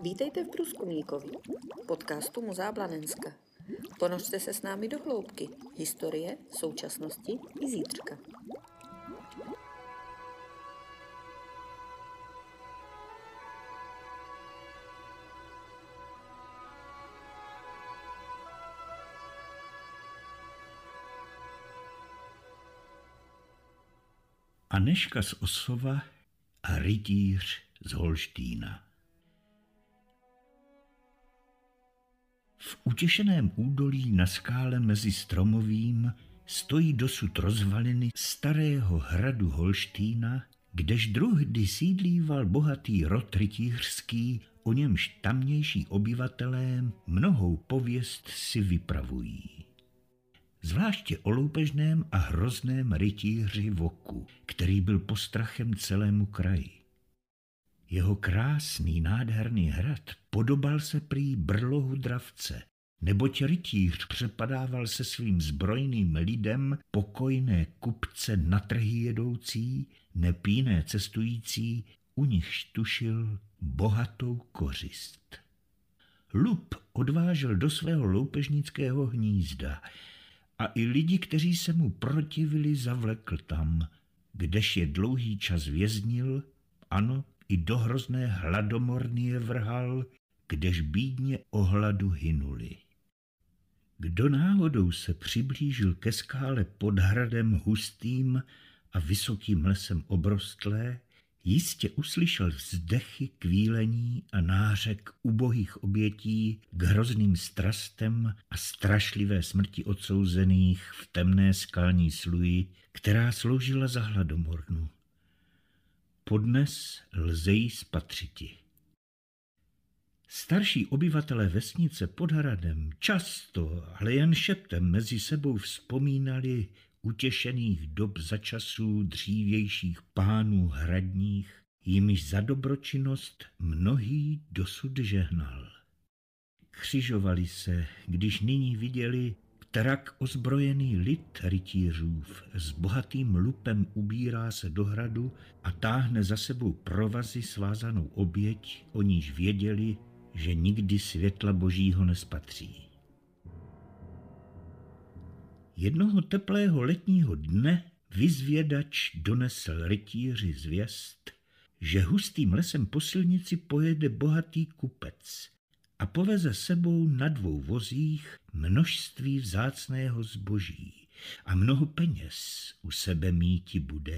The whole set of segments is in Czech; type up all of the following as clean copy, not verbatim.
Vítejte v Průzkumníkovi, podcastu Muzea Blanenska. Ponořte se s námi do hloubky historie, současnosti i zítřka. Anežka z Osova a rytíř z Holštýna. V utěšeném údolí na skále mezi Stromovým stojí dosud rozvaliny starého hradu Holštýna, kdež druhdy sídlíval bohatý rod rytířský, o němž tamnější obyvatelé mnohou pověst si vypravují. Zvláště o loupežném a hrozném rytíři Voku, který byl postrachem celému kraji. Jeho krásný, nádherný hrad podobal se prý brlohu dravce, neboť rytíř přepadával se svým zbrojným lidem pokojné kupce na trhy jedoucí, nepíné cestující, u nichž tušil bohatou kořist. Lup odvážel do svého loupežnického hnízda a i lidi, kteří se mu protivili, zavlekl tam, kdež je dlouhý čas věznil, ano, i do hrozné hladomorny je vrhal, kdež bídně o hladu hynuli. Kdo náhodou se přiblížil ke skále pod hradem hustým a vysokým lesem obrostlé, jistě uslyšel vzdechy, kvílení a nářek ubohých obětí k hrozným strastem a strašlivé smrti odsouzených v temné skalní sluji, která sloužila za hladomornu. Podnes lze jí spatřiti. Starší obyvatelé vesnice pod hradem často, ale jen šeptem mezi sebou vzpomínali utěšených dob za časů dřívějších pánů hradních, jimiž za dobročinnost mnohý dosud žehnal. Křižovali se, když nyní viděli, kterak ozbrojený lid rytířův s bohatým lupem ubírá se do hradu a táhne za sebou provazy svázanou oběť, o níž věděli, že nikdy světla božího nespatří. Jednoho teplého letního dne vyzvědač donesl rytíři zvěst, že hustým lesem po silnici pojede bohatý kupec a poveze sebou na 2 vozích množství vzácného zboží a mnoho peněz u sebe míti bude.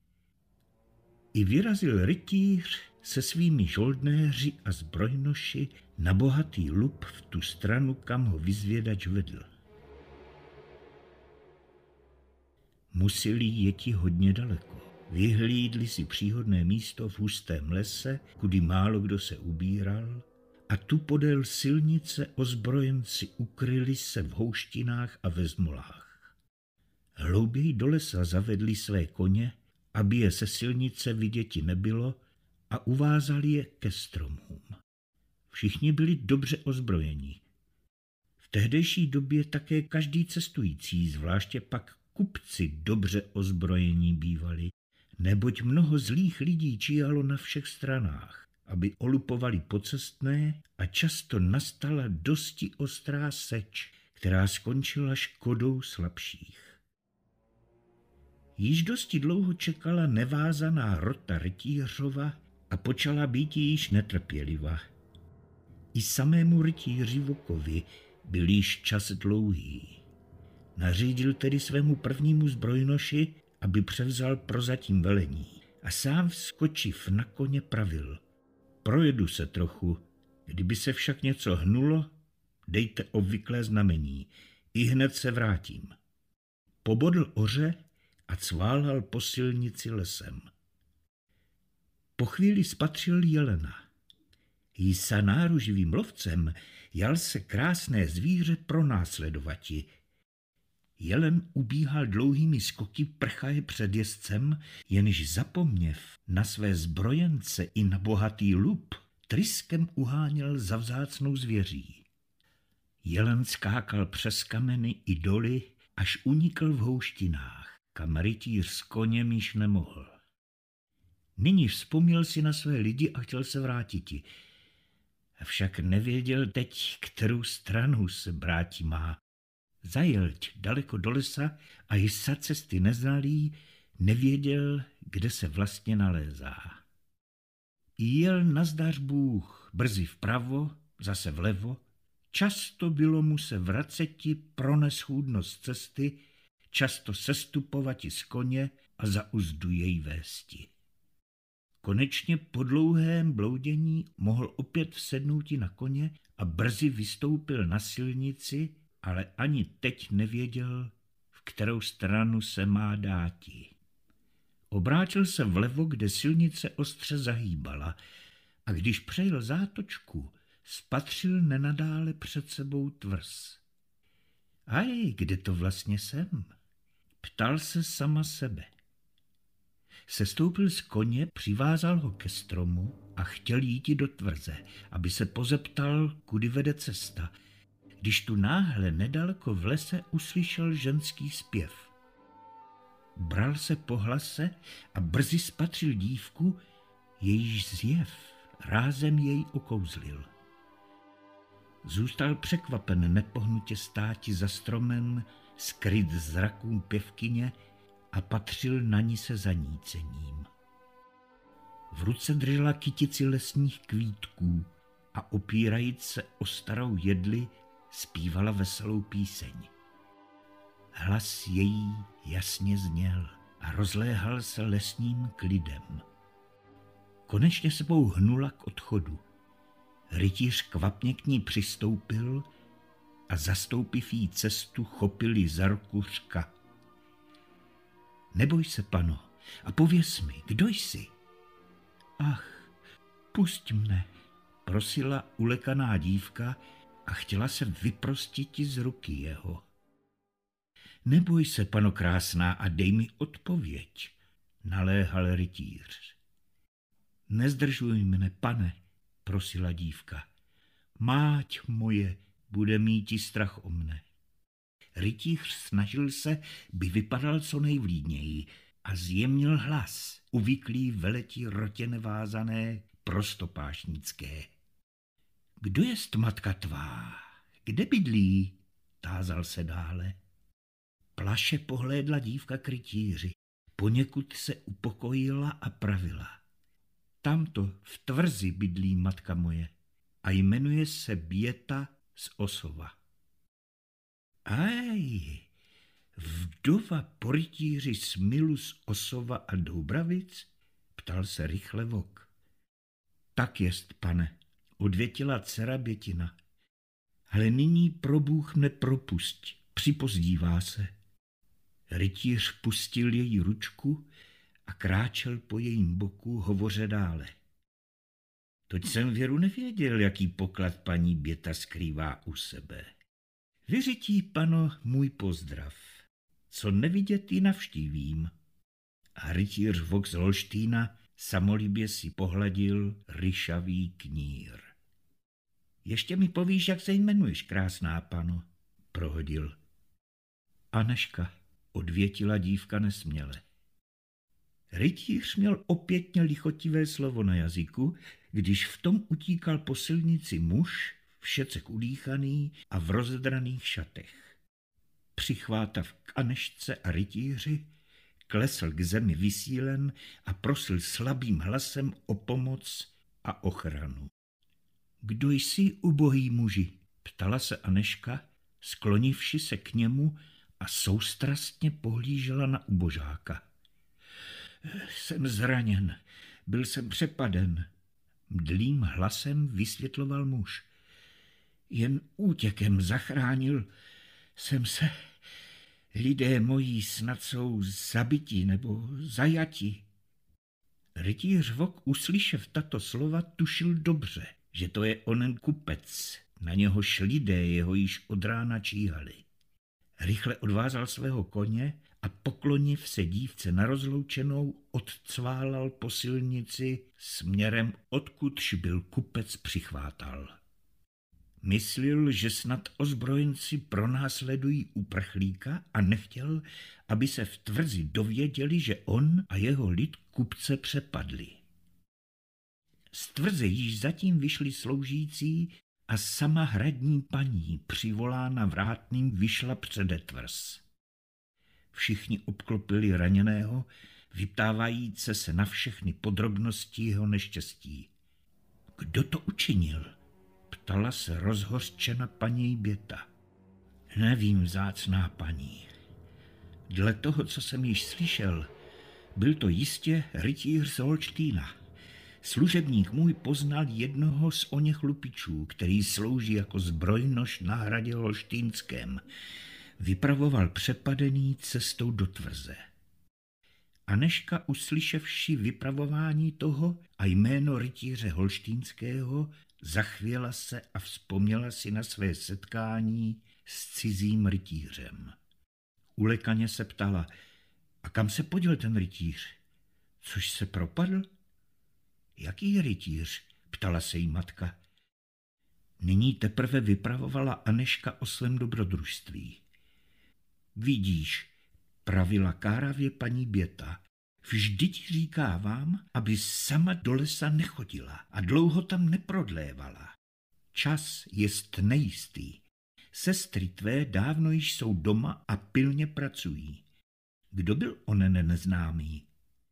I vyrazil rytíř se svými žoldnéři a zbrojnoši na bohatý lup v tu stranu, kam ho vyzvědač vedl. Museli jeti hodně daleko. Vyhlídli si příhodné místo v hustém lese, kudy málo kdo se ubíral, a tu podél silnice ozbrojenci ukryli se v houštinách a ve zmolách. Hlouběji do lesa zavedli své koně, aby je se silnice viděti nebylo, a uvázali je ke stromům. Všichni byli dobře ozbrojeni. V tehdejší době také každý cestující, zvláště pak kupci, dobře ozbrojení bývali, neboť mnoho zlých lidí číhalo na všech stranách, aby olupovali pocestné, a často nastala dosti ostrá seč, která skončila škodou slabších. Již dosti dlouho čekala nevázaná rota rytířova a počala být již netrpěliva. I samému rytíři Vokovi byl již čas dlouhý. Nařídil tedy svému prvnímu zbrojnoši, aby převzal prozatím velení, a sám vskočiv na koně pravil: projedu se trochu, kdyby se však něco hnulo, dejte obvyklé znamení, i hned se vrátím. Pobodl oře a cválal po silnici lesem. Po chvíli spatřil jelena. Jí sa náruživým lovcem jal se krásné zvíře pronásledovati. Jelen ubíhal dlouhými skoky prchaje před jezdcem, jenž zapomněv na své zbrojence i na bohatý lup, tryskem uháněl za vzácnou zvěří. Jelen skákal přes kameny i doly, až unikl v houštinách, kam rytíř s koněm již nemohl. Nyní vzpomněl si na své lidi a chtěl se vrátiti. avšak nevěděl teď, kterou stranu se bráti má. Zajelť daleko do lesa a již za cesty neznalý, nevěděl, kde se vlastně nalézá. Jel nazdař Bůh brzy vpravo, zase vlevo, často bylo mu se vraceti pro neschůdnost cesty, často sestupovati z koně a za uzdu jej vésti. Konečně po dlouhém bloudění mohl opět vsednouti na koně a brzy vystoupil na silnici, ale ani teď nevěděl, v kterou stranu se má dáti. Obrátil se vlevo, kde silnice ostře zahýbala, a když přejel zátočku, spatřil nenadále před sebou tvrz. Aj, kde to vlastně jsem? Ptal se sama sebe. Sestoupil z koně, přivázal ho ke stromu a chtěl jít do tvrze, aby se pozeptal, kudy vede cesta, když tu náhle nedaleko v lese uslyšel ženský zpěv. Bral se po hlase a brzy spatřil dívku, jejíž zjev rázem jej okouzlil. Zůstal překvapen nepohnutě státi za stromem, skryt zrakům pěvkyně, a patřil na ní se zanícením. V ruce držela kytici lesních kvítků a opírajíc se o starou jedli, zpívala veselou píseň. Hlas její jasně zněl a rozléhal se lesním klidem. Konečně sebou hnula k odchodu. Rytíř kvapně k ní přistoupil a zastoupiv jí cestu, chopil ji za ruku řka. Neboj se, pano, a pověz mi, kdo jsi? Ach, pusť mne, prosila ulekaná dívka a chtěla se vyprostiti z ruky jeho. Neboj se, pano krásná, a dej mi odpověď, naléhal rytíř. Nezdržuj mne, pane, prosila dívka. Máť moje bude míti strach o mne. Rytíř snažil se, by vypadal co nejvlídněji a zjemnil hlas, uvyklý veletí rotě nevázané, prostopášnické. Kdo jest matka tvá? Kde bydlí? Tázal se dále. Plaše pohlédla dívka k rytíři, poněkud se upokojila a pravila. Tamto v tvrzi bydlí matka moje a jmenuje se Běta z Osova. Aj, vdova po rytíři Smilu z Osova a Doubravic? Ptal se rychle vok. Tak jest, pane, odvětila dcera Bětina. Ale nyní pro Bůh mne propusť, připozdívá se. Rytíř pustil její ručku a kráčel po jejím boku, hovoře dále. Toť jsem věru nevěděl, jaký poklad paní Běta skrývá u sebe. Vyřití, pano, můj pozdrav. Co nevidět, ji navštívím. A rytíř vok z Holštýna samolibě si pohladil ryšavý knír. Ještě mi povíš, jak se jmenuješ, krásná pano, prohodil. Aneška, odvětila dívka nesměle. Rytíř měl opětně lichotivé slovo na jazyku, když v tom utíkal po silnici muž, všecek udýchaný a v rozedraných šatech. Přichvátav k Anešce a rytíři, klesl k zemi vysílen a prosil slabým hlasem o pomoc a ochranu. Kdo jsi, ubohý muži? Ptala se Aneška, sklonivši se k němu a soustrastně pohlížela na ubožáka. Jsem zraněn, byl jsem přepaden, mdlým hlasem vysvětloval muž. Jen útěkem zachránil jsem se. Lidé moji snad jsou zabiti nebo zajati. Rytíř vok, uslyšev tato slova, tušil dobře, že to je onen kupec, na něhož lidé jeho již od rána číhali. Rychle odvázal svého koně a pokloniv se dívce na rozloučenou odcválal po silnici směrem, odkudž byl kupec přichvátal. Myslil, že snad ozbrojenci pronásledují uprchlíka a nechtěl, aby se v tvrzi dověděli, že on a jeho lid kupce přepadli. Z tvrze již zatím vyšli sloužící a sama hradní paní, přivolána vrátným, vyšla přede tvrz. Všichni obklopili raněného, vyptávajíce se na všechny podrobnosti jeho neštěstí. Kdo to učinil? Ptala se rozhořčena paní Běta. Nevím, vzácná paní. Dle toho, co jsem již slyšel, byl to jistě rytíř z Holštýna. Služebník můj poznal jednoho z oněch lupičů, který slouží jako zbrojnoš na hradě holštýnském. Vypravoval přepadený cestou do tvrze. Anežka, uslyševši vypravování toho a jméno rytíře holštýnského, zachvěla se a vzpomněla si na své setkání s cizím rytířem. Ulekaně se ptala, a kam se poděl ten rytíř? Což se propadl? Jaký rytíř? Ptala se jí matka. Nyní teprve vypravovala Anežka o svém dobrodružství. Vidíš, pravila káravě paní Běta, vždyť říkávám, aby sama do lesa nechodila a dlouho tam neprodlévala. Čas jest nejistý. Sestry tvé dávno již jsou doma a pilně pracují. Kdo byl onen neznámý?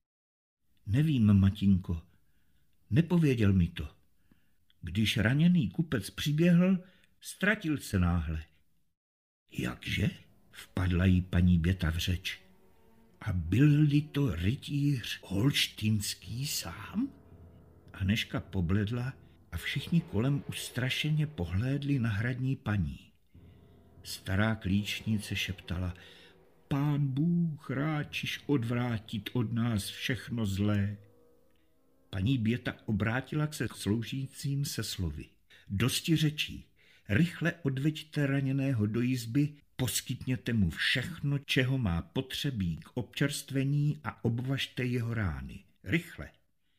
Nevím, matinko, nepověděl mi to. Když raněný kupec přiběhl, ztratil se náhle. Jakže? Vpadla jí paní Běta v řeč. A byl-li to rytíř holštýnský sám? Anežka pobledla a všichni kolem ustrašeně pohlédli na hradní paní. Stará klíčnice šeptala, Pán Bůh ráčiš odvrátit od nás všechno zlé. Paní Běta obrátila se sloužícím se slovy. Dosti řečí, rychle odveďte raněného do izby, poskytněte mu všechno, čeho má potřebí k občerstvení a obvažte jeho rány. Rychle.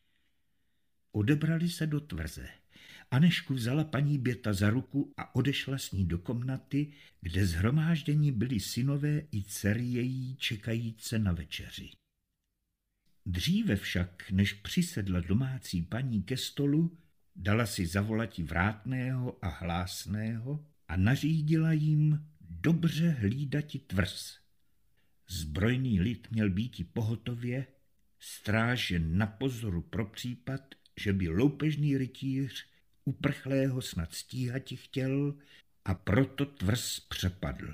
Odebrali se do tvrze. Anežku vzala paní Běta za ruku a odešla s ní do komnaty, kde shromážděni byli synové i dcery její čekajíce na večeři. Dříve však, než přisedla domácí paní ke stolu, dala si zavolati vrátného a hlásného a nařídila jim dobře hlídati tvrz. Zbrojný lid měl býti pohotově, stráže na pozoru pro případ, že by loupežný rytíř uprchlého snad stíhati chtěl a proto tvrz přepadl.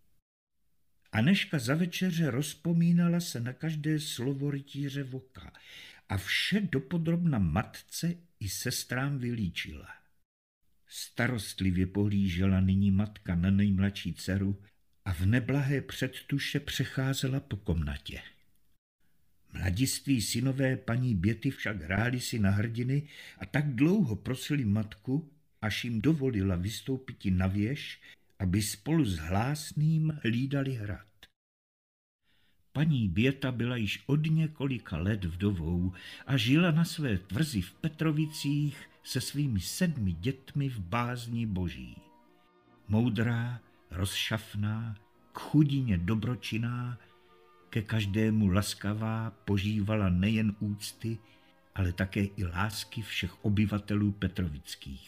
Anežka za večeře rozpomínala se na každé slovo rytíře voka a vše dopodrobna matce i sestrám vylíčila. Starostlivě pohlížela nyní matka na nejmladší dceru a v neblahé předtuše přecházela po komnatě. Mladiství synové paní Běty však hráli si na hrdiny a tak dlouho prosili matku, až jim dovolila vystoupiti na věž, aby spolu s hlásným hlídali hrad. Paní Běta byla již od několika let vdovou a žila na své tvrzi v Petrovicích se svými 7 dětmi v bázni boží. Moudrá, rozšafná, k chudině dobročinná, ke každému laskavá, požívala nejen úcty, ale také i lásky všech obyvatelů petrovických.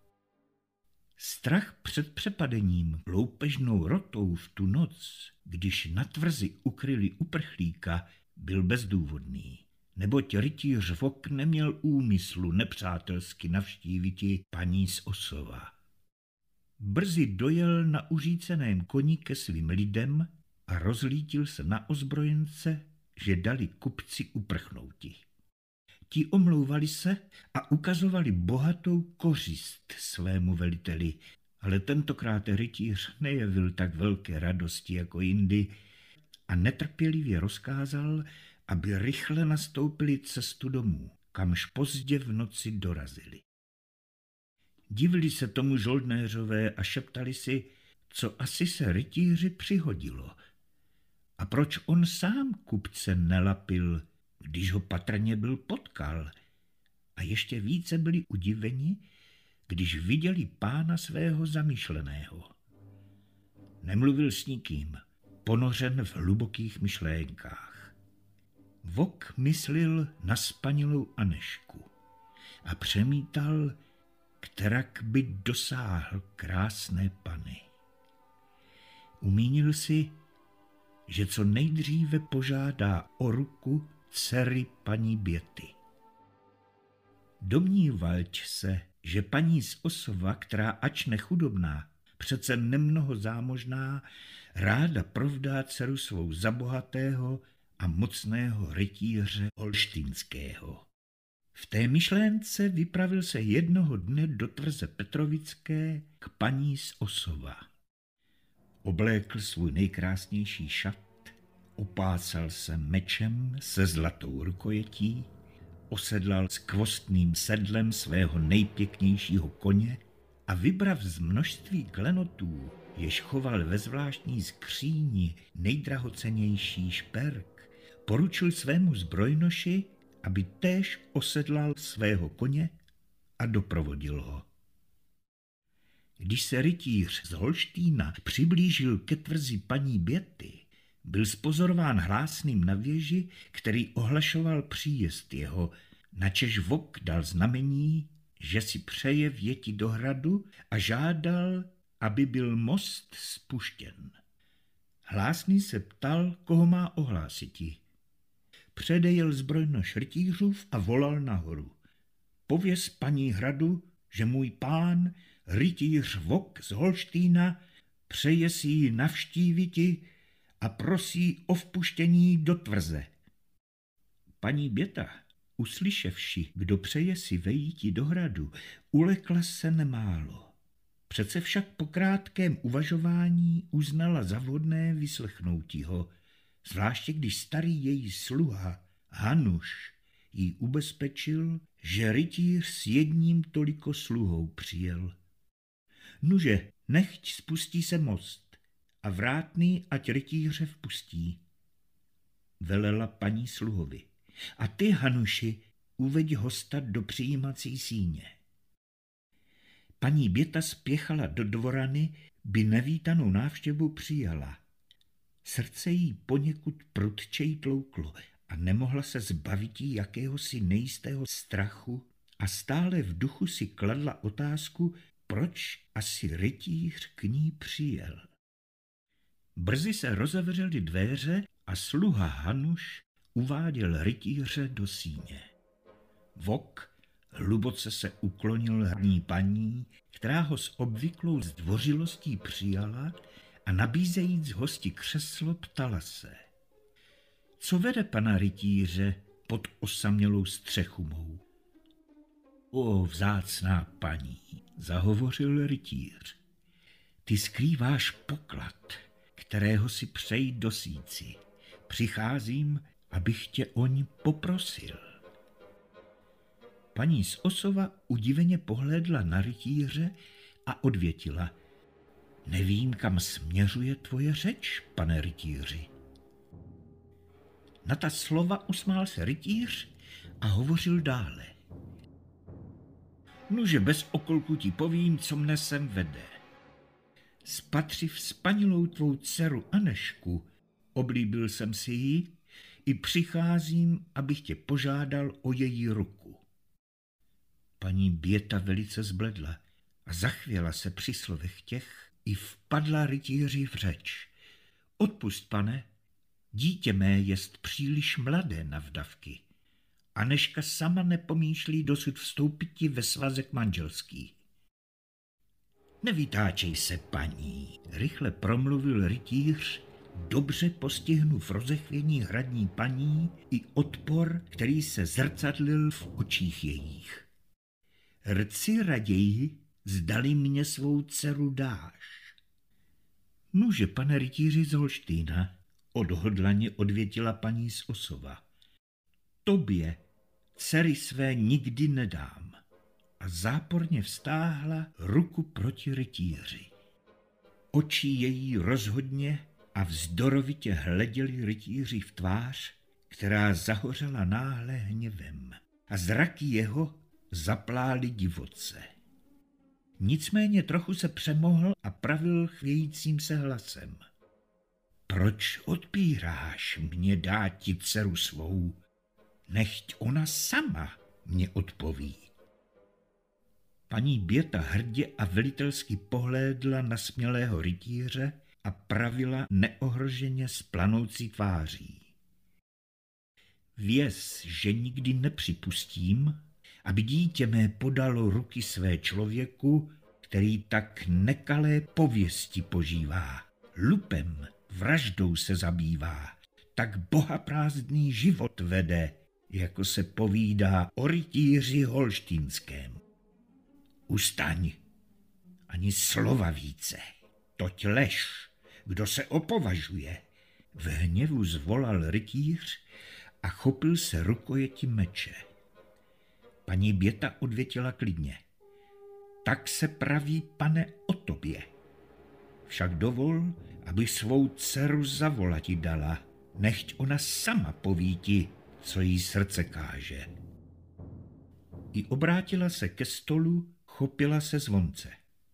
Strach před přepadením loupežnou rotou v tu noc, když na tvrzi ukryli uprchlíka, byl bezdůvodný, neboť rytíř Vok neměl úmyslu nepřátelsky navštíviti paní z Osova. Brzy dojel na uříceném koni ke svým lidem a rozlítil se na ozbrojence, že dali kupci uprchnouti. Ti omlouvali se a ukazovali bohatou kořist svému veliteli, ale tentokrát rytíř nejevil tak velké radosti jako jindy a netrpělivě rozkázal, aby rychle nastoupili cestu domů, kamž pozdě v noci dorazili. Divili se tomu žoldnéřové a šeptali si, co asi se rytíři přihodilo a proč on sám kupce nelapil, když ho patrně byl potkal, a ještě více byli udiveni, když viděli pána svého zamýšleného. Nemluvil s nikým, ponořen v hlubokých myšlénkách. Vok myslil na spanilou Anežku a přemítal, kterak by dosáhl krásné panny. Umínil si, že co nejdříve požádá o ruku dcery paní Běty. Domnívalč se, že paní z Osova, která ač nechudobná, přece nemnoho zámožná, ráda provdá dceru svou za bohatého a mocného rytíře holštýnského. V té myšlénce vypravil se jednoho dne do tvrze Petrovické k paní z Osova. Oblékl svůj nejkrásnější šat, opásal se mečem se zlatou rukojetí, osedlal s kvostným sedlem svého nejpěknějšího koně a vybrav z množství klenotů, jež choval ve zvláštní skříni nejdrahocennější šperk, poručil svému zbrojnoši, aby též osedlal svého koně a doprovodil ho. Když se rytíř z Holštýna přiblížil ke tvrzi paní Běty, byl spozorován hlásným na věži, který ohlašoval příjezd jeho, načež vok dal znamení, že si přeje vjeti do hradu a žádal, aby byl most spuštěn. Hlásný se ptal, koho má ohlásiti. Předejel zbrojnoš rytířův a volal nahoru. Pověz paní hradu, že můj pán, rytíř Vok z Holštýna, přeje si ji navštíviti a prosí o vpuštění do tvrze. Paní Běta, uslyševši, kdo přeje si vejíti do hradu, ulekla se nemálo. Přece však po krátkém uvažování uznala za vhodné vyslechnouti ho, zvláště když starý její sluha Hanuš jí ubezpečil, že rytíř s jedním toliko sluhou přijel. Nuže, nechť spustí se most a vrátný ať rytíře vpustí. Velela paní sluhovi. A ty, Hanuši, uveď hosta do přijímací síně. Paní Běta spěchala do dvorany, by nevítanou návštěvu přijala. Srdce jí poněkud prudčej tlouklo a nemohla se zbavit jakéhosi nejistého strachu a stále v duchu si kladla otázku, proč asi rytíř k ní přijel. Brzy se rozevřely dveře a sluha Hanuš uváděl rytíře do síně. Vok hluboce se uklonil hrdní paní, která ho s obvyklou zdvořilostí přijala a nabízejíc hosti křeslo ptala se. Co vede pana rytíře pod osamělou střechu mou? O, vzácná paní, zahovořil rytíř, ty skrýváš poklad, kterého si přeji dosíci. Přicházím, abych tě oň poprosil. Paní z Osova udiveně pohlédla na rytíře a odvětila. Nevím, kam směřuje tvoje řeč, pane rytíři. Na ta slova usmál se rytíř a hovořil dále. Nuže bez okolku ti povím, co mne sem vede. Spatřiv spanilou tvou dceru Anešku, oblíbil jsem si ji, i přicházím, abych tě požádal o její ruku. Paní Běta velice zbledla a zachvěla se při slovech těch i vpadla rytíři v řeč. Odpusť, pane, dítě mé jest příliš mladé na vdavky. Anežka sama nepomýšlí dosud vstoupiti ve svazek manželský. Nevytáčej se, paní, rychle promluvil rytíř, dobře postihnuv rozechvění hradní paní i odpor, který se zrcadlil v očích jejích. Rci raději, zdali mě svou dceru dáš. Nuže, pane rytíři z Holštýna, odhodlaně odvětila paní z Osova. Tobě dcery své nikdy nedám. A záporně vztáhla ruku proti rytíři. Oči její rozhodně a vzdorovitě hleděli rytíři v tvář, která zahořela náhle hněvem a zraky jeho zaplály divoce. Nicméně trochu se přemohl a pravil chvějícím se hlasem. Proč odpíráš mě dáti dceru svou? Nechť ona sama mě odpoví. Paní Běta hrdě a velitelsky pohlédla na smělého rytíře a pravila neohroženě s planoucí tváří. Věz, že nikdy nepřipustím, aby dítě mé podalo ruky své člověku, který tak nekalé pověsti požívá, lupem, vraždou se zabývá, tak bohaprázdný život vede, jako se povídá o rytíři holštýnském. Ustaň, ani slova více, toť lež, kdo se opovažuje. V hněvu zvolal rytíř a chopil se rukojeti meče. Paní Běta odvětila klidně. Tak se praví, pane, o tobě. Však dovol, abych svou dceru zavolati dala, nechť ona sama poví ti, co jí srdce káže. I obrátila se ke stolu, chopila se zvonce.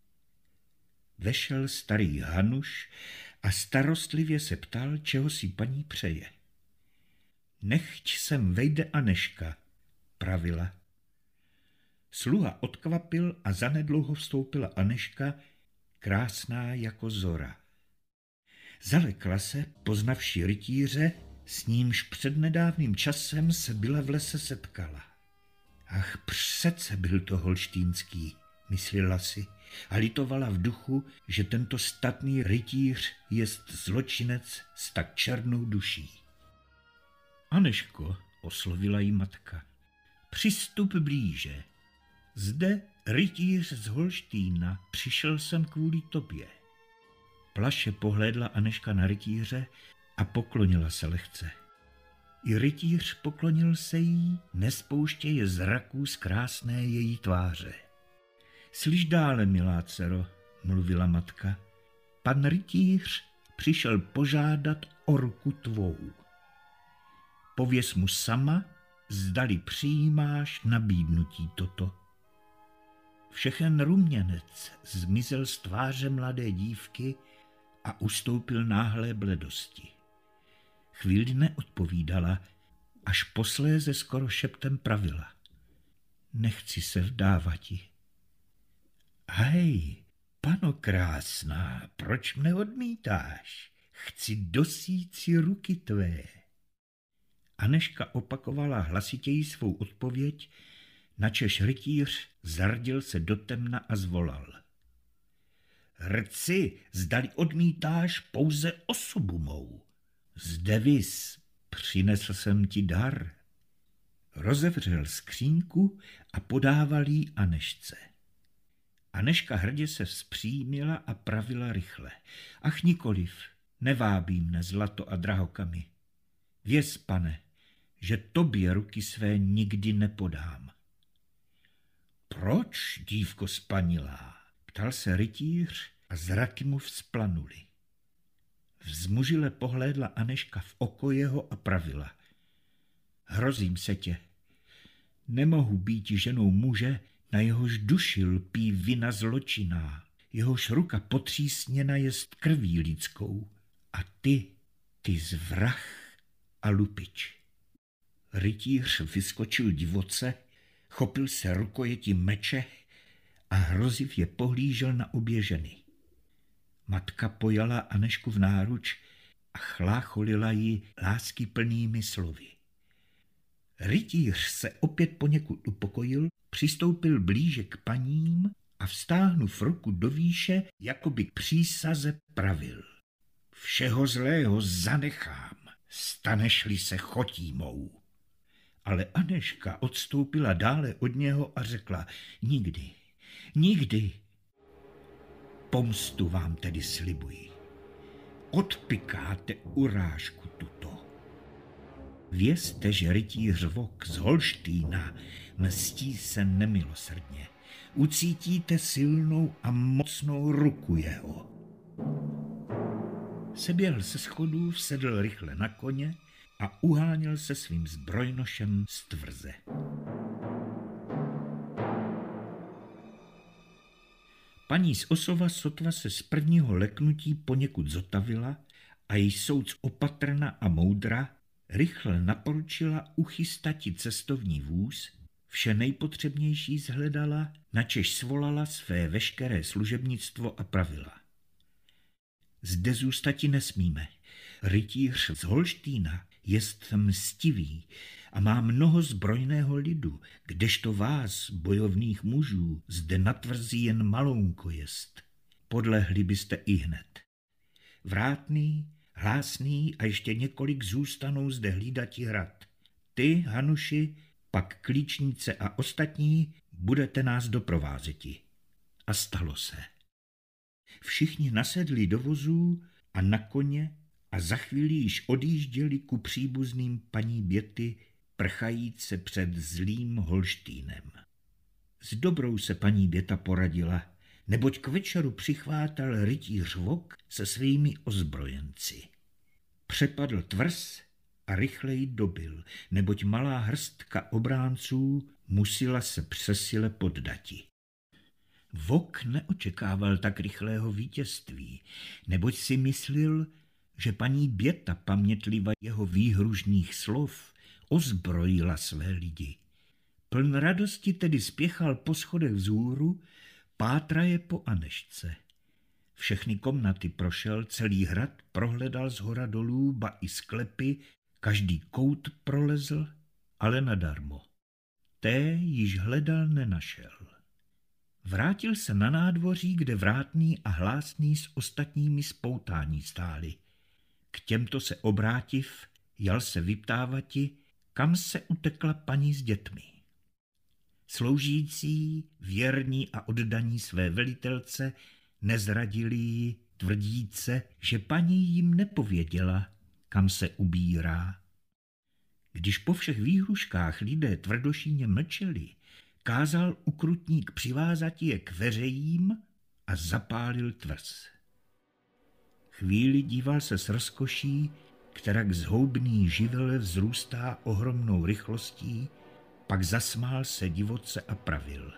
Vešel starý Hanuš a starostlivě se ptal, čeho si paní přeje. Nechť sem vejde Anežka, pravila. Sluha odkvapil a zanedlouho vstoupila Anežka, krásná jako zora. Zalekla se, poznavši rytíře, s nímž před nedávným časem se byla v lese setkala. Ach, přece byl to holštýnský, myslela si a litovala v duchu, že tento statný rytíř jest zločinec s tak černou duší. Anežko, oslovila jí matka, přistup blíže. Zde rytíř z Holštýna, přišel jsem kvůli tobě. Plaše pohlédla Anežka na rytíře a poklonila se lehce. I rytíř poklonil se jí, nespouštěje zraků z krásné její tváře. Slyš dále, milá dcero, mluvila matka, pan rytíř přišel požádat o ruku tvou. Pověz mu sama, zdali přijímáš nabídnutí toto. Všechen ruměnec zmizel z tváře mladé dívky a ustoupil náhlé bledosti. Chvíli neodpovídala, až posléze skoro šeptem pravila. Nechci se vdávati. Hej, pano krásná, proč mne odmítáš? Chci dosít si ruky tvé. Anežka opakovala hlasitěji svou odpověď, načež rytíř zardil se do temna a zvolal. Rci, zdali odmítáš pouze osobu mou. Zde vis, přinesl jsem ti dar. Rozevřel skřínku a podával jí Anežce. Anežka hrdě se vzpřímila a pravila rychle. Ach nikoliv, nevábí mne zlato a drahokamy. Věz, pane, že tobě ruky své nikdy nepodám. Proč, dívko spanilá? Ptal se rytíř a zraky mu vzplanuly. Vzmužile pohlédla Anežka v oko jeho a pravila. Hrozím se tě. Nemohu být ženou muže, na jehož duši lpí vina zločinná, jehož ruka potřísněna jest krví lidskou. A ty zvrah a lupič. Rytíř vyskočil divoce, chopil se rukojeti meče a hrozivě pohlížel na obě ženy. Matka pojala Anežku v náruč a chlácholila ji láskyplnými slovy. Rytíř se opět poněkud upokojil, přistoupil blíže k paním a vztáhnув ruku do výše, jakoby k přísaze pravil. Všeho zlého zanechám, staneš-li se chotí mou. Ale Anežka odstoupila dále od něho a řekla, nikdy, nikdy. Pomstu vám tedy slibuji. Odpikáte urážku tuto. Vězte, že rytíř Vok z Holštýna mstí se nemilosrdně. Ucítíte silnou a mocnou ruku jeho. Seběhl se schodů, sedl rychle na koně a uháněl se svým zbrojnošem z tvrze. Paní z Osova sotva se z prvního leknutí poněkud zotavila a její souc opatrna a moudra rychle naporučila uchystati cestovní vůz, Vše nejpotřebnější zhledala, načež svolala své veškeré služebnictvo a pravila. Zde zůstati nesmíme. Rytíř z Holštýna jest mstivý a má mnoho zbrojného lidu, kdežto vás, bojovných mužů, zde na tvrzi jen malounko jest. Podlehli byste ihned. Vrátný, Hlásný a ještě několik zůstanou zde hlídati hrad. Ty, Hanuši, pak Klíčnice a ostatní budete nás doprovázeti. A stalo se. Všichni nasedli do vozů a na koně a za chvíli již odjížděli ku příbuzným paní Běty, prchajíce před zlým Holštýnem. S dobrou se paní Běta poradila, neboť k večeru přichvátal rytíř Vok se svými ozbrojenci. Přepadl tvrz a rychleji dobil, neboť malá hrstka obránců musela se přesile poddati. Vok neočekával tak rychlého vítězství, neboť si myslel, že paní Běta, pamětliva jeho výhružných slov, ozbrojila své lidi. Pln radosti tedy spěchal po schodech vzhůru, pátraje po Anežce. Všechny komnaty prošel, celý hrad prohledal zhora dolů, ba i sklepy, každý kout prolezl, ale nadarmo. Té již hledal nenašel. Vrátil se na nádvoří, kde Vrátný a Hlásný s ostatními spoutání stáli. K těmto se obrátiv, jal se vyptávati, kam se utekla paní s dětmi. Sloužící, věrní a oddaní své velitelce nezradili ji, tvrdíce, že paní jim nepověděla, kam se ubírá. Když po všech výhruškách lidé tvrdošíně mlčeli, kázal ukrutník přivázat je k veřejím a zapálil tvrz. Chvíli díval se s rozkoší, kterak zhoubný živel vzrůstá ohromnou rychlostí, pak zasmál se divoce a pravil.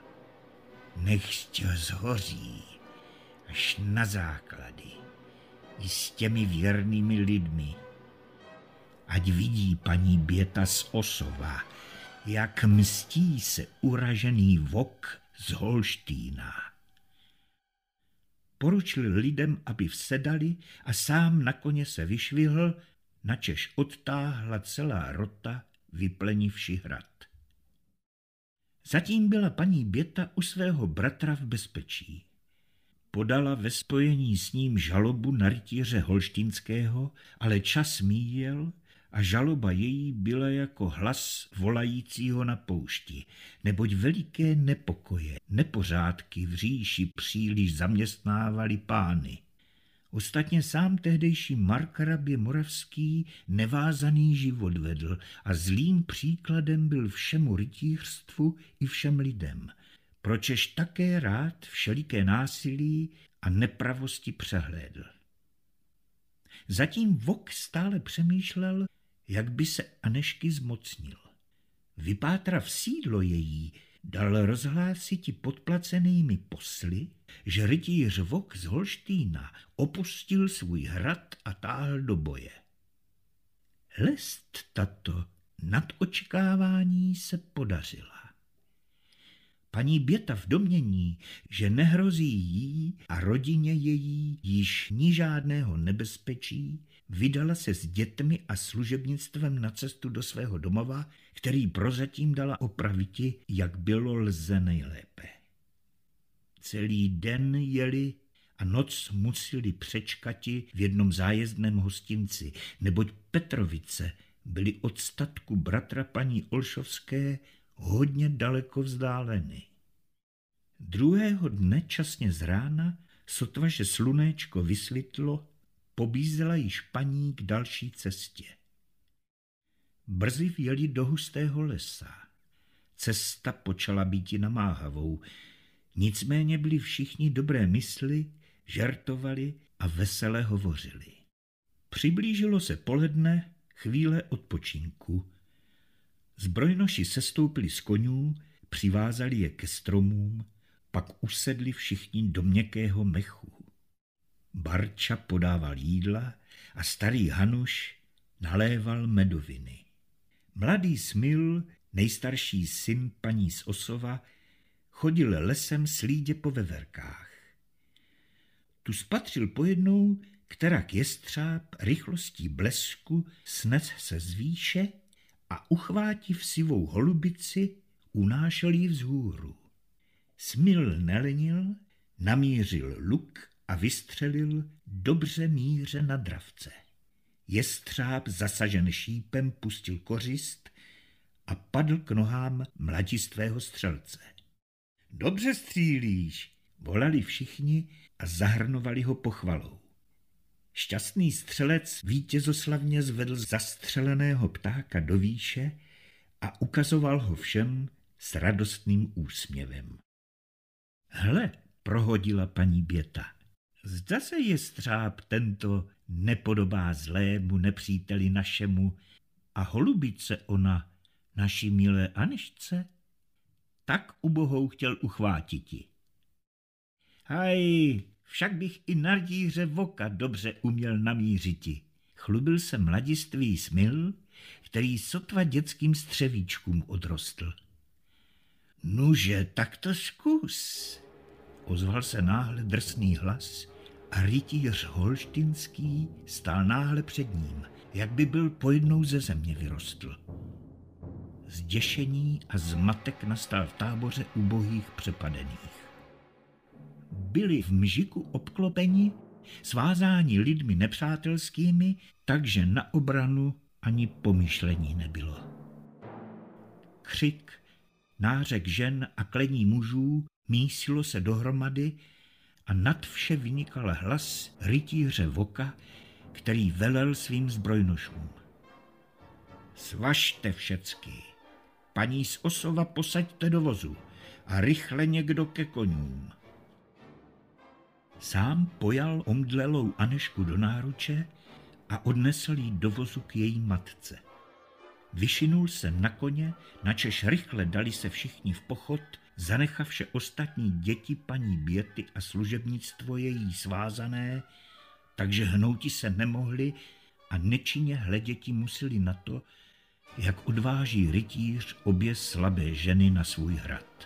Nechť zhoří až na základy i s těmi věrnými lidmi. Ať vidí paní Běta z Osova, jak mstí se uražený Vok z Holštýna. Poručil lidem, aby vsedali a sám na koně se vyšvihl, načež odtáhla celá rota, vyplenivši hrad. Zatím byla paní Běta u svého bratra v bezpečí. Podala ve spojení s ním žalobu na rytíře Holštýnského, ale čas míjel a žaloba její byla jako hlas volajícího na poušti, neboť veliké nepokoje, nepořádky v říši příliš zaměstnávali pány. Ostatně sám tehdejší markrabě Moravský nevázaný život vedl a zlým příkladem byl všemu rytířstvu i všem lidem, pročež také rád všeliké násilí a nepravosti přehlédl. Zatím Vok stále přemýšlel, jak by se Anežky zmocnil. Vypátrav sídlo její, dal rozhlásiti podplacenými posly, že rytíř Vok z Holštýna opustil svůj hrad a táhl do boje. Lest tato nad očekávání se podařila. Paní Běta v domnění, že nehrozí jí a rodině její již ni žádného nebezpečí, vydala se s dětmi a služebnictvem na cestu do svého domova, který prozatím dala opraviti, jak bylo lze nejlépe. Celý den jeli a noc museli přečkati v jednom zájezdném hostinci, neboť Petrovice byly od statku bratra paní Olšovské hodně daleko vzdáleny. Druhého dne časně z rána, sotva že slunéčko vysvětlo, pobízela již paní k další cestě. Brzy vjeli do hustého lesa. Cesta počala býti namáhavou, nicméně byli všichni dobré mysli, žertovali a vesele hovořili. Přiblížilo se poledne, chvíle odpočinku. Zbrojnoši sestoupili z konňů, přivázali je ke stromům, pak usedli všichni do měkkého mechu. Barča podával jídla a starý Hanuš naléval medoviny. Mladý Smil nejstarší syn paní z Osova, chodil lesem slídě po veverkách. Tu spatřil pojednou, kterak jestřáb rychlostí blesku snes se z výše a uchvátiv sivou holubici, unášel ji vzhůru. Smil nelenil, namířil luk a vystřelil dobře míře na dravce. Jestřáb zasažen šípem pustil kořist a padl k nohám mladistvého střelce. Dobře střílíš, volali všichni a zahrnovali ho pochvalou. Šťastný střelec vítězoslavně zvedl zastřeleného ptáka do výše a ukazoval ho všem s radostným úsměvem. Hle, prohodila paní Běta, zda se jestřáb tento nepodobá zlému nepříteli našemu a holubice ona naší milé Anešce? Tak ubohou chtěl uchvátiti. Haj, však bych i na díře voka dobře uměl namířiti. Chlubil se mladistvý Smil, který sotva dětským střevíčkům odrostl. Nuže, tak to zkus, ozval se náhle drsný hlas a rytíř holštinský stál náhle před ním, jak by byl pojednou ze země vyrostl. Zděšení a zmatek nastal v táboře ubohých přepadených. Byli v mžiku obklopeni, svázáni lidmi nepřátelskými, takže na obranu ani pomyšlení nebylo. Křik, nářek žen a klení mužů mísilo se dohromady a nad vše vynikal hlas rytíře voka, který velel svým zbrojnošům. Svažte všecky, paní z Osova posaďte do vozu a rychle někdo ke koním. Sám pojal omdlelou Anešku do náruče a odnesl jí do vozu k její matce. Vyšinul se na koně, načež rychle dali se všichni v pochod, zanechavše ostatní děti paní Běty a služebnictvo její svázané, takže hnouti se nemohli a nečinně hleděti museli na to, jak odváží rytíř obě slabé ženy na svůj hrad.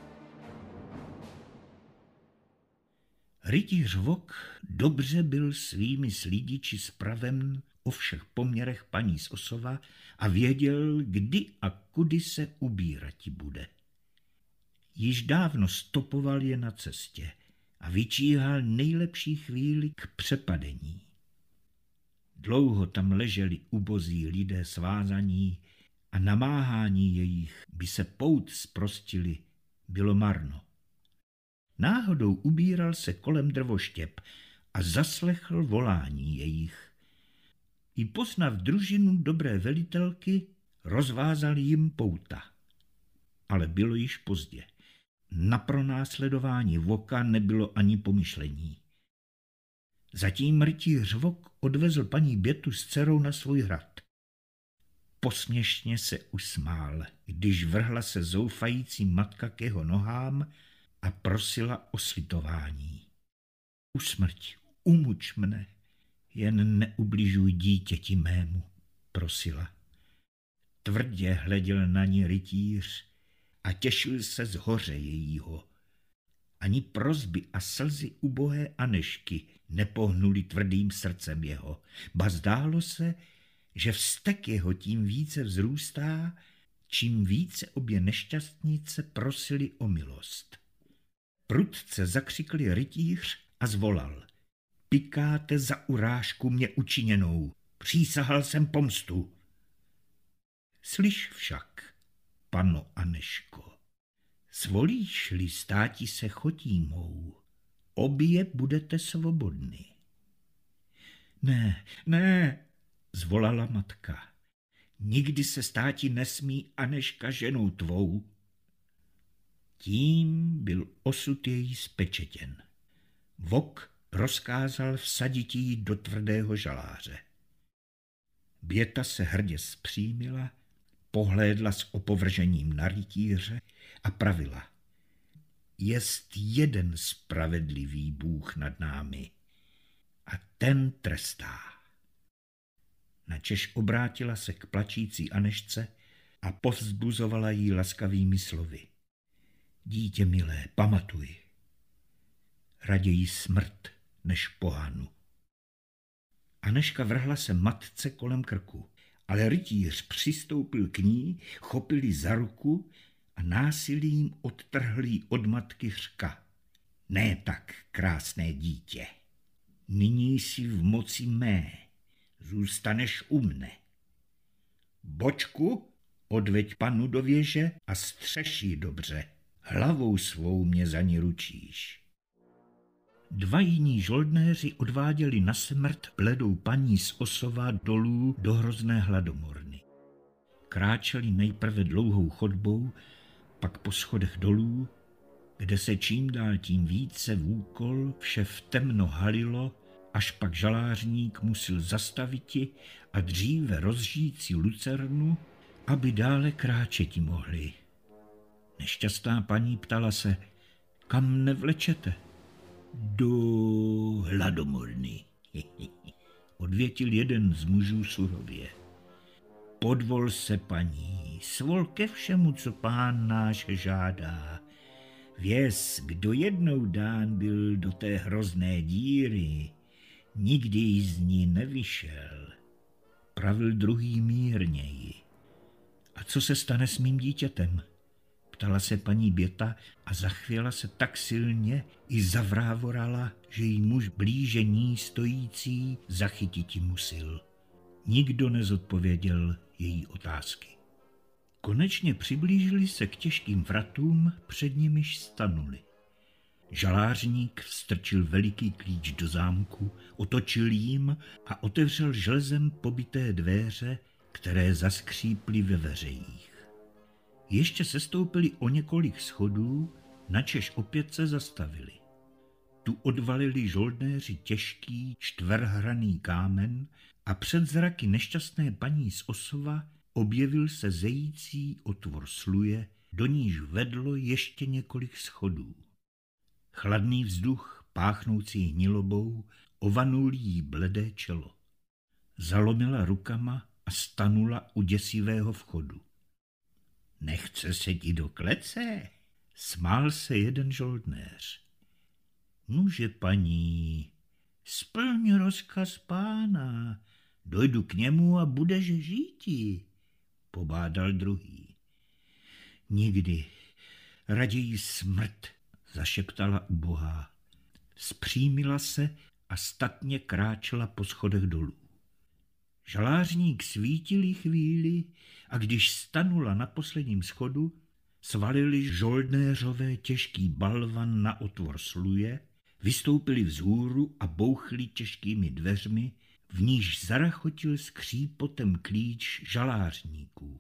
Rytíř Vok dobře byl svými slídiči spraven o všech poměrech paní z Osova a věděl, kdy a kudy se ubírati bude. Již dávno stopoval je na cestě a vyčíhal nejlepší chvíli k přepadení. Dlouho tam leželi ubozí lidé svázaní a namáhání jejich, by se pout zprostili, bylo marno. Náhodou ubíral se kolem drvoštěp a zaslechl volání jejich. I poznav družinu dobré velitelky, rozvázal jim pouta. Ale bylo již pozdě. Na pronásledování voka nebylo ani pomyšlení. Zatím rytíř Vok odvezl paní Bětu s dcerou na svůj hrad. Posměšně se usmál, když vrhla se zoufající matka k jeho nohám a prosila o slitování. Usmrť, umuč mne, jen neubližuj dítěti mému, prosila. Tvrdě hleděl na ní rytíř a těšil se z hoře jejího. Ani prosby a slzy ubohé Anešky nepohnuli tvrdým srdcem jeho, ba zdálo se, že vztek jeho tím více vzrůstá, čím více obě nešťastnice prosili o milost. Prudce zakřikli rytíř a zvolal. Pikáte za urážku mě učiněnou, přísahal jsem pomstu. Slyš však, pano Aneško, svolíš-li státi se chotí mou, obě budete svobodny. Ne, zvolala matka, nikdy se státi nesmí Aneška ženou tvou. Tím byl osud její spečetěn. Vok rozkázal vsadit jí do tvrdého žaláře. Běta se hrdě zpřímila, pohlédla s opovržením na rytíře a pravila. Jest jeden spravedlivý Bůh nad námi a ten trestá. Načež obrátila se k plačící Anešce a povzbuzovala jí laskavými slovy. Dítě milé, pamatuj, raději smrt než pohánu. Anežka vrhla se matce kolem krku, ale rytíř přistoupil k ní, chopil ji za ruku a násilím odtrhl jí od matky řka. Ne tak, krásné dítě, nyní jsi v moci mé, zůstaneš u mne. Bočku, odveď panu do věže a střež ji dobře, hlavou svou mě za ní ručíš. Dva jiní žoldnéři odváděli na smrt bledou paní z Osova dolů do hrozné hladomorny. Kráčeli nejprve dlouhou chodbou, pak po schodech dolů, kde se čím dál tím více vůkol vše v temno halilo, až pak žalářník musel zastaviti a dříve rozžíci lucernu, aby dále kráčeti mohli. Nešťastná paní ptala se, kam mne vlečete? Do hladomorny, odvětil jeden z mužů surově. Podvol se, paní, svol ke všemu, co pán náš žádá. Věz, kdo jednou dán byl do té hrozné díry, nikdy jí z ní nevyšel, pravil druhý mírněji. A co se stane s mým dítětem? Ptala se paní Běta a zachvěla se tak silně i zavrávorala, že jí muž blíže ní stojící zachytiti musil. Nikdo nezodpověděl její otázky. Konečně přiblížili se k těžkým vratům, před nimiž stanuli. Žalářník vstrčil veliký klíč do zámku, otočil jím a otevřel železem pobité dvéře, které zaskříply ve veřejích. Ještě sestoupili o několik schodů, načež opět se zastavili. Tu odvalili žoldnéři těžký čtverhraný kámen a před zraky nešťastné paní z Osova objevil se zející otvor sluje, do níž vedlo ještě několik schodů. Chladný vzduch, páchnoucí hnilobou, ovanul jí bledé čelo. Zalomila rukama a stanula u děsivého vchodu. Nechce se ti do klece? Smál se jeden žoldnéř. Nuže, paní, splň rozkaz pána, dojdu k němu a budeš žíti, pobádal druhý. Nikdy, raději smrt, zašeptala ubohá. Vzpřímila se a statně kráčela po schodech dolů. Žalářník svítil chvíli a když stanula na posledním schodu, svalili žoldnéřové těžký balvan na otvor sluje, vystoupili vzhůru a bouchli těžkými dveřmi, v níž zarachotil skřípotem klíč žalářníkův.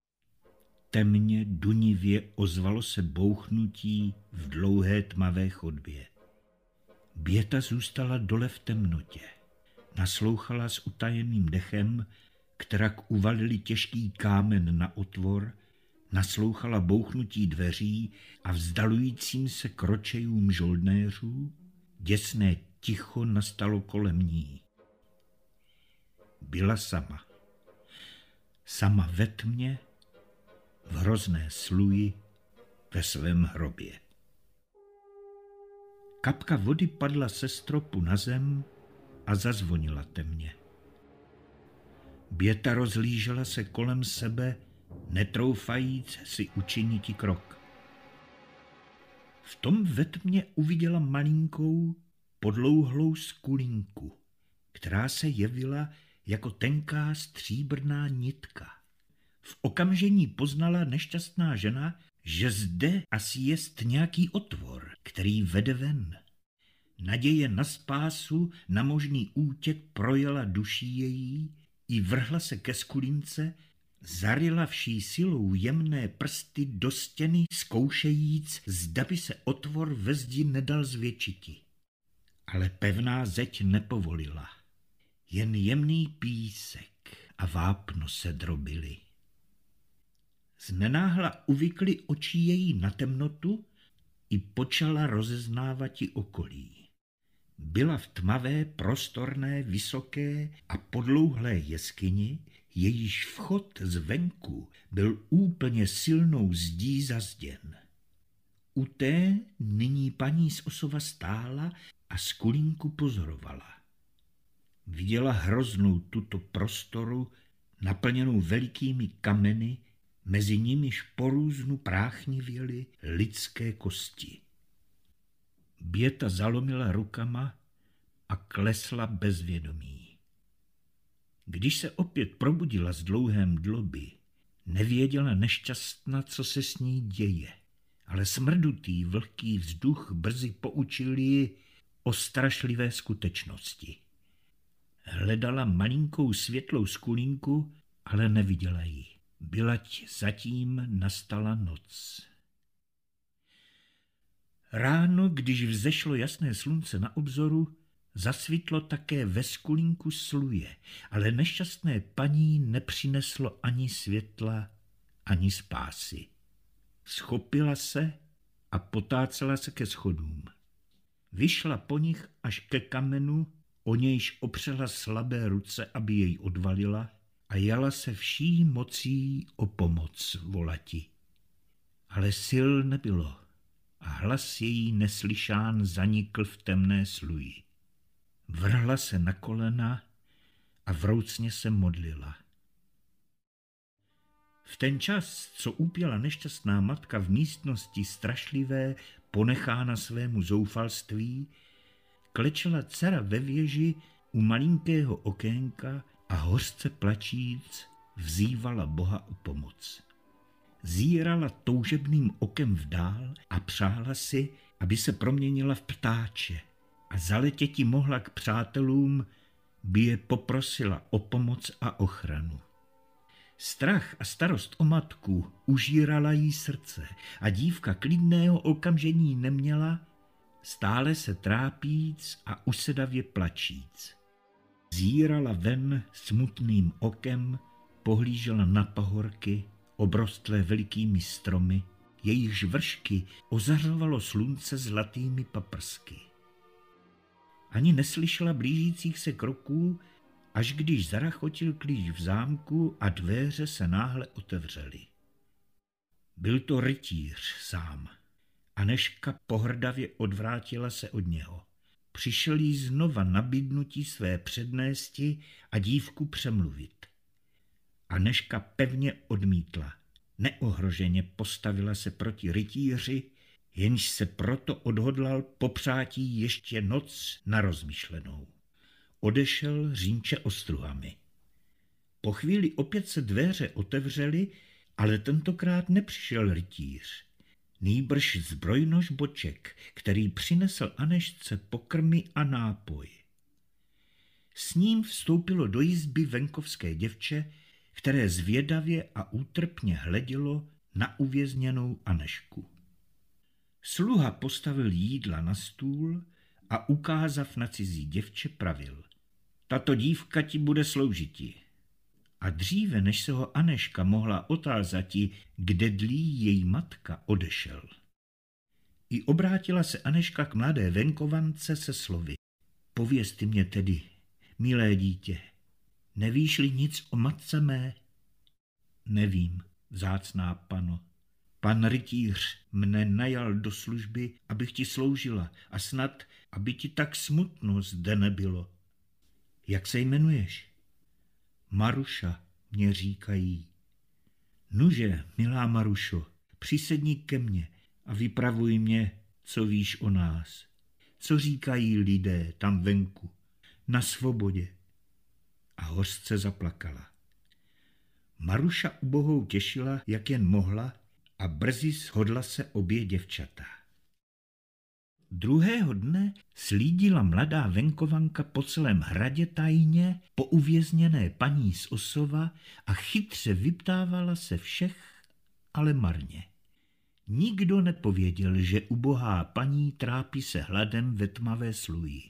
Temně, dunivě ozvalo se bouchnutí v dlouhé tmavé chodbě. Běta zůstala dole v temnotě. Naslouchala s utajeným dechem, kterak uvalili těžký kámen na otvor, naslouchala bouchnutí dveří a vzdalujícím se kročejům žoldnéřů, děsné ticho nastalo kolem ní. Byla sama. Sama ve tmě, v hrozné sluji, ve svém hrobě. Kapka vody padla se stropu na zem a zazvonila temně. Běta rozhlížela se kolem sebe, netroufajíc si učiniti krok. V tom ve tmě uviděla malinkou, podlouhlou skulinku, která se jevila jako tenká stříbrná nitka. V okamžení poznala nešťastná žena, že zde asi jest nějaký otvor, který vede ven. Naděje na spásu, na možný útěk projela duší její i vrhla se ke skulince, zaryla vší silou jemné prsty do stěny, zkoušejíc, zda by se otvor ve zdi nedal zvětšiti. Ale pevná zeď nepovolila. Jen jemný písek a vápno se drobily. Znenáhla uvykly oči její na temnotu i počala rozeznávati okolí. Byla v tmavé, prostorné, vysoké a podlouhlé jeskyni, jejíž vchod zvenku byl úplně silnou zdí zazděn. U té nyní paní z Osova stála a z kulínku pozorovala. Viděla hroznou tuto prostoru, naplněnou velikými kameny, mezi nimiž porůznu práchnivěly lidské kosti. Běta zalomila rukama a klesla bez vědomí. Když se opět probudila z dlouhé mdloby, nevěděla nešťastná, co se s ní děje, ale smrdutý vlhký vzduch brzy poučil ji o strašlivé skutečnosti. Hledala malinkou světlou skulínku, ale neviděla ji. Bylať zatím nastala noc. Ráno, když vzešlo jasné slunce na obzoru, zasvitlo také ve skulínku sluje, ale nešťastné paní nepřineslo ani světla, ani spásy. Schopila se a potácela se ke schodům. Vyšla po nich až ke kamenu, o nějž opřela slabé ruce, aby jej odvalila, a jala se vší mocí o pomoc volati. Ale sil nebylo a hlas její neslyšán zanikl v temné sluji. Vrhla se na kolena a vroucně se modlila. V ten čas, co úpěla nešťastná matka v místnosti strašlivé, ponechána svému zoufalství, klečela dcera ve věži u malinkého okénka a hořce plačíc vzývala Boha o pomoc. Zírala toužebným okem vdál a přála si, aby se proměnila v ptáče a zaletěti mohla k přátelům, by je poprosila o pomoc a ochranu. Strach a starost o matku užírala jí srdce a dívka klidného okamžení neměla, stále se trápíc a usedavě plačíc. Zírala ven smutným okem, pohlížela na pahorky, obrostlé velikými stromy, jejichž vršky ozařovalo slunce zlatými paprsky. Ani neslyšela blížících se kroků, až když zarachotil klíč v zámku a dveře se náhle otevřely. Byl to rytíř sám. Anežka pohrdavě odvrátila se od něho. Přišel jí znova nabídnutí své přednésti a dívku přemluvit. Anežka pevně odmítla. Neohroženě postavila se proti rytíři, jenž se proto odhodlal popřát jí ještě noc na rozmyšlenou. Odešel řínče ostruhami. Po chvíli opět se dveře otevřely, ale tentokrát nepřišel rytíř. Nýbrž zbrojnož Boček, který přinesl Anežce pokrmy a nápoj. S ním vstoupilo do jizby venkovské děvče, které zvědavě a útrpně hledělo na uvězněnou Anežku. Sluha postavil jídla na stůl a ukázav na cizí děvče pravil: tato dívka ti bude sloužiti. A dříve, než se ho Anežka mohla otázati, kde dlí její matka, odešel. I obrátila se Anežka k mladé venkovance se slovy: povězte mě tedy, milé dítě, nevíš-li nic o matce mé? Nevím, vzácná pano. Pan rytíř mne najal do služby, abych ti sloužila a snad, aby ti tak smutno zde nebylo. Jak se jmenuješ? Maruša, mě říkají. Nuže, milá Marušo, přisedni ke mně a vypravuj mě, co víš o nás. Co říkají lidé tam venku, na svobodě. A hořce zaplakala. Maruša ubohou těšila, jak jen mohla, a brzy shodla se obě děvčata. Druhého dne slídila mladá venkovanka po celém hradě tajně po uvězněné paní z Osova a chytře vyptávala se všech, ale marně. Nikdo nepověděl, že ubohá paní trápí se hladem ve tmavé sluji.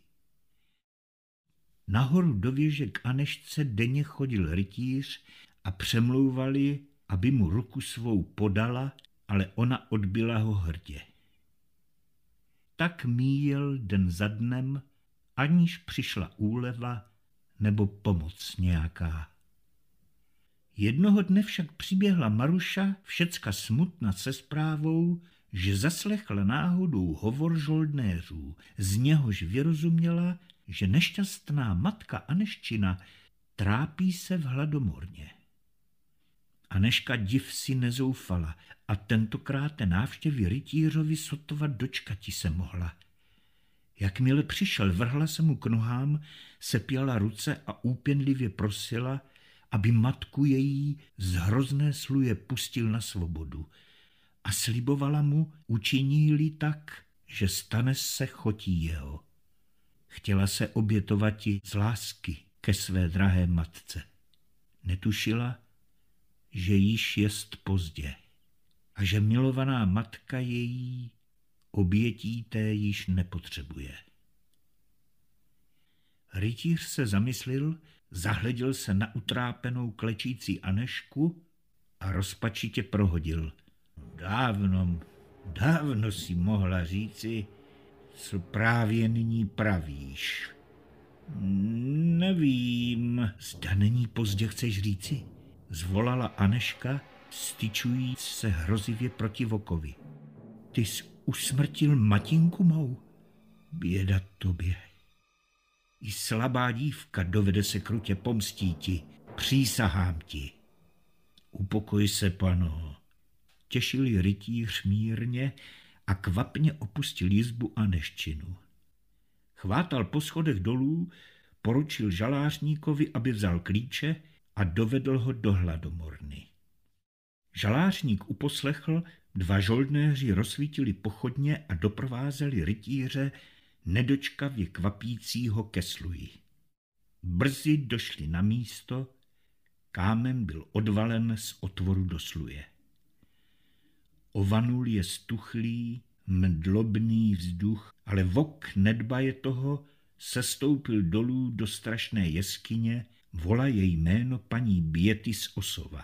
Nahoru do věže k Anežce denně chodil rytíř a přemlouvali, aby mu ruku svou podala, ale ona odbyla ho hrdě. Tak míjel den za dnem, aniž přišla úleva nebo pomoc nějaká. Jednoho dne však přiběhla Maruša všecka smutna se zprávou, že zaslechla náhodou hovor žoldnéřů, z něhož vyrozuměla, že nešťastná matka Aneščina trápí se v hladomorně. Anežka div si nezoufala a tentokrát návštěvy rytířovi sotva dočkati se mohla. Jakmile přišel, vrhla se mu k nohám, sepěla ruce a úpěnlivě prosila, aby matku její z hrozné sluje pustil na svobodu, a slibovala mu, učiní-li tak, že stane se chotí jeho. Chtěla se obětovati z lásky ke své drahé matce. Netušila, že již jest pozdě a že milovaná matka její obětí té již nepotřebuje. Rytíř se zamyslil, zahleděl se na utrápenou klečící Anežku a rozpačitě prohodil. Dávno si mohla říci, co právě nyní pravíš. Nevím, zda není pozdě chceš říci, zvolala Anežka, styčujíc se hrozivě proti vokovi. Ty jsi usmrtil matinku mou? Běda tobě. I slabá dívka dovede se krutě pomstíti, přísahám ti. Upokoj se, pano. Těšil ji rytíř mírně a kvapně opustil jizbu Aneščinu. Chvátal po schodech dolů, poručil žalářníkovi, aby vzal klíče a dovedl ho do hladomorny. Žalářník uposlechl, 2 žoldnéři rozsvítili pochodně a doprovázeli rytíře nedočkavě kvapícího ke sluji. Brzy došli na místo, kámen byl odvalen z otvoru do sluje. Ovanul je stuchlý, mdlobný vzduch, ale vok nedbaje toho sestoupil dolů do strašné jeskyně, volaje jméno paní Běty z Osova.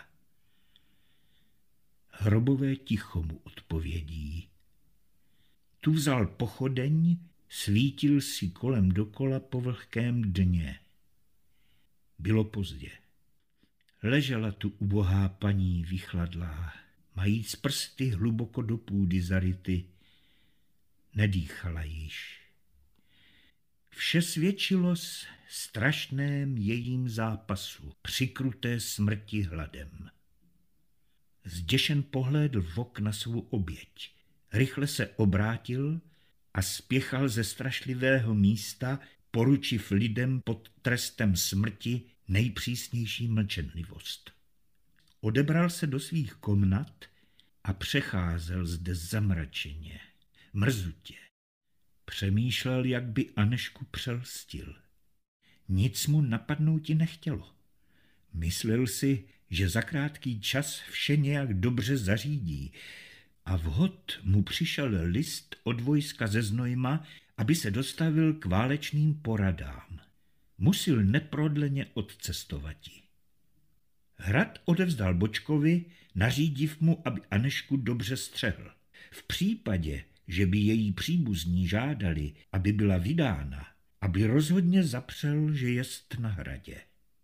Hrobové ticho mu odpovědí. Tu vzal pochodeň, svítil si kolem dokola po vlhkém dně. Bylo pozdě. Ležela tu ubohá paní vychladlá, majíc prsty hluboko do půdy zaryty. Nedýchala již. Vše svědčilo s strašném jejím zápasu, přikruté smrti hladem. Zděšen pohlédl vok na svou oběť. Rychle se obrátil a spěchal ze strašlivého místa, poručiv lidem pod trestem smrti nejpřísnější mlčenlivost. Odebral se do svých komnat a přecházel zde zamračeně, mrzutě. Přemýšlel, jak by Anežku přelstil. Nic mu napadnouti nechtělo. Myslel si, že za krátký čas vše nějak dobře zařídí, a vhod mu přišel list od vojska ze Znojma, aby se dostavil k válečným poradám. Musil neprodleně odcestovati. Hrad odevzdal Bočkovi, nařídiv mu, aby Anežku dobře střehl. V případě, že by její příbuzní žádali, aby byla vydána, aby rozhodně zapřel, že jest na hradě.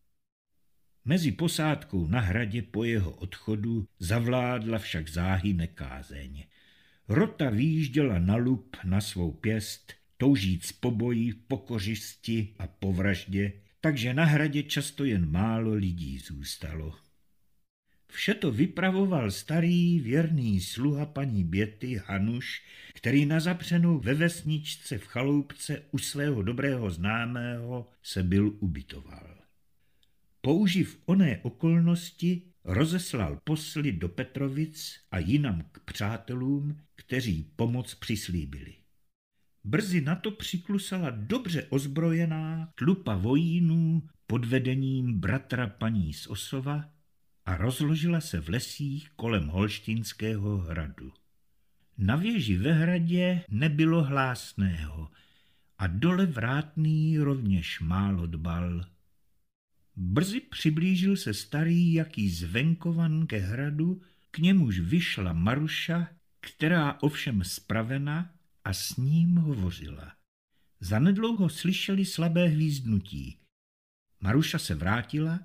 Mezi posádkou na hradě po jeho odchodu zavládla však záhy nekázeň. Rota výjížděla na lup na svou pěst, toužíc po boji, po kořisti a po vraždě, takže na hradě často jen málo lidí zůstalo. Vše to vypravoval starý věrný sluha paní Běty Hanuš, který na zapřenou ve vesničce v chaloupce u svého dobrého známého se byl ubytoval. Použiv oné okolnosti, rozeslal posly do Petrovic a jinam k přátelům, kteří pomoc přislíbili. Brzy na to přiklusala dobře ozbrojená tlupa vojínů pod vedením bratra paní z Osova a rozložila se v lesích kolem Holštínského hradu. Na věži ve hradě nebylo hlásného a dole vrátný rovněž málo dbal. Brzy přiblížil se starý jaký zvenkovan ke hradu, k němuž vyšla Maruša, která ovšem spravena a s ním hovořila. Zanedlouho slyšeli slabé hvízdnutí. Maruša se vrátila,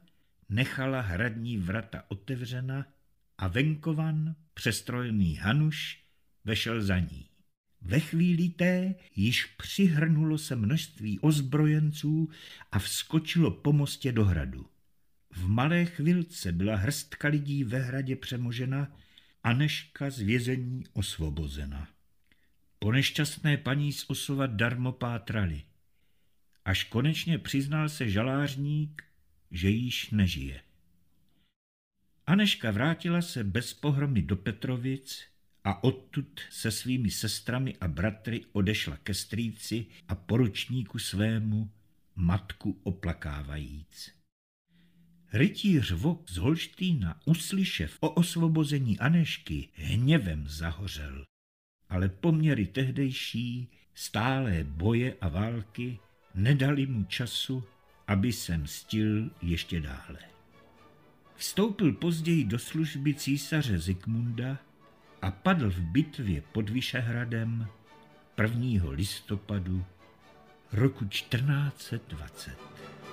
nechala hradní vrata otevřena a venkovan, přestrojený Hanuš, vešel za ní. Ve chvíli té již přihrnulo se množství ozbrojenců a vskočilo po mostě do hradu. V malé chvilce byla hrstka lidí ve hradě přemožena, Anežka z vězení osvobozena. Po nešťastné paní z Osova darmo pátrali, až konečně přiznal se žalářník, že již nežije. Anežka vrátila se bez pohromy do Petrovic a odtud se svými sestrami a bratry odešla ke strýci a poručníku svému, matku oplakávajíc. Rytíř Vok z Holštýna, uslyšev o osvobození Anežky, hněvem zahořel, ale poměry tehdejší, stálé boje a války nedali mu času, aby se mstil ještě dále. Vstoupil později do služby císaře Zikmunda a padl v bitvě pod Vyšehradem 1. listopadu roku 1420.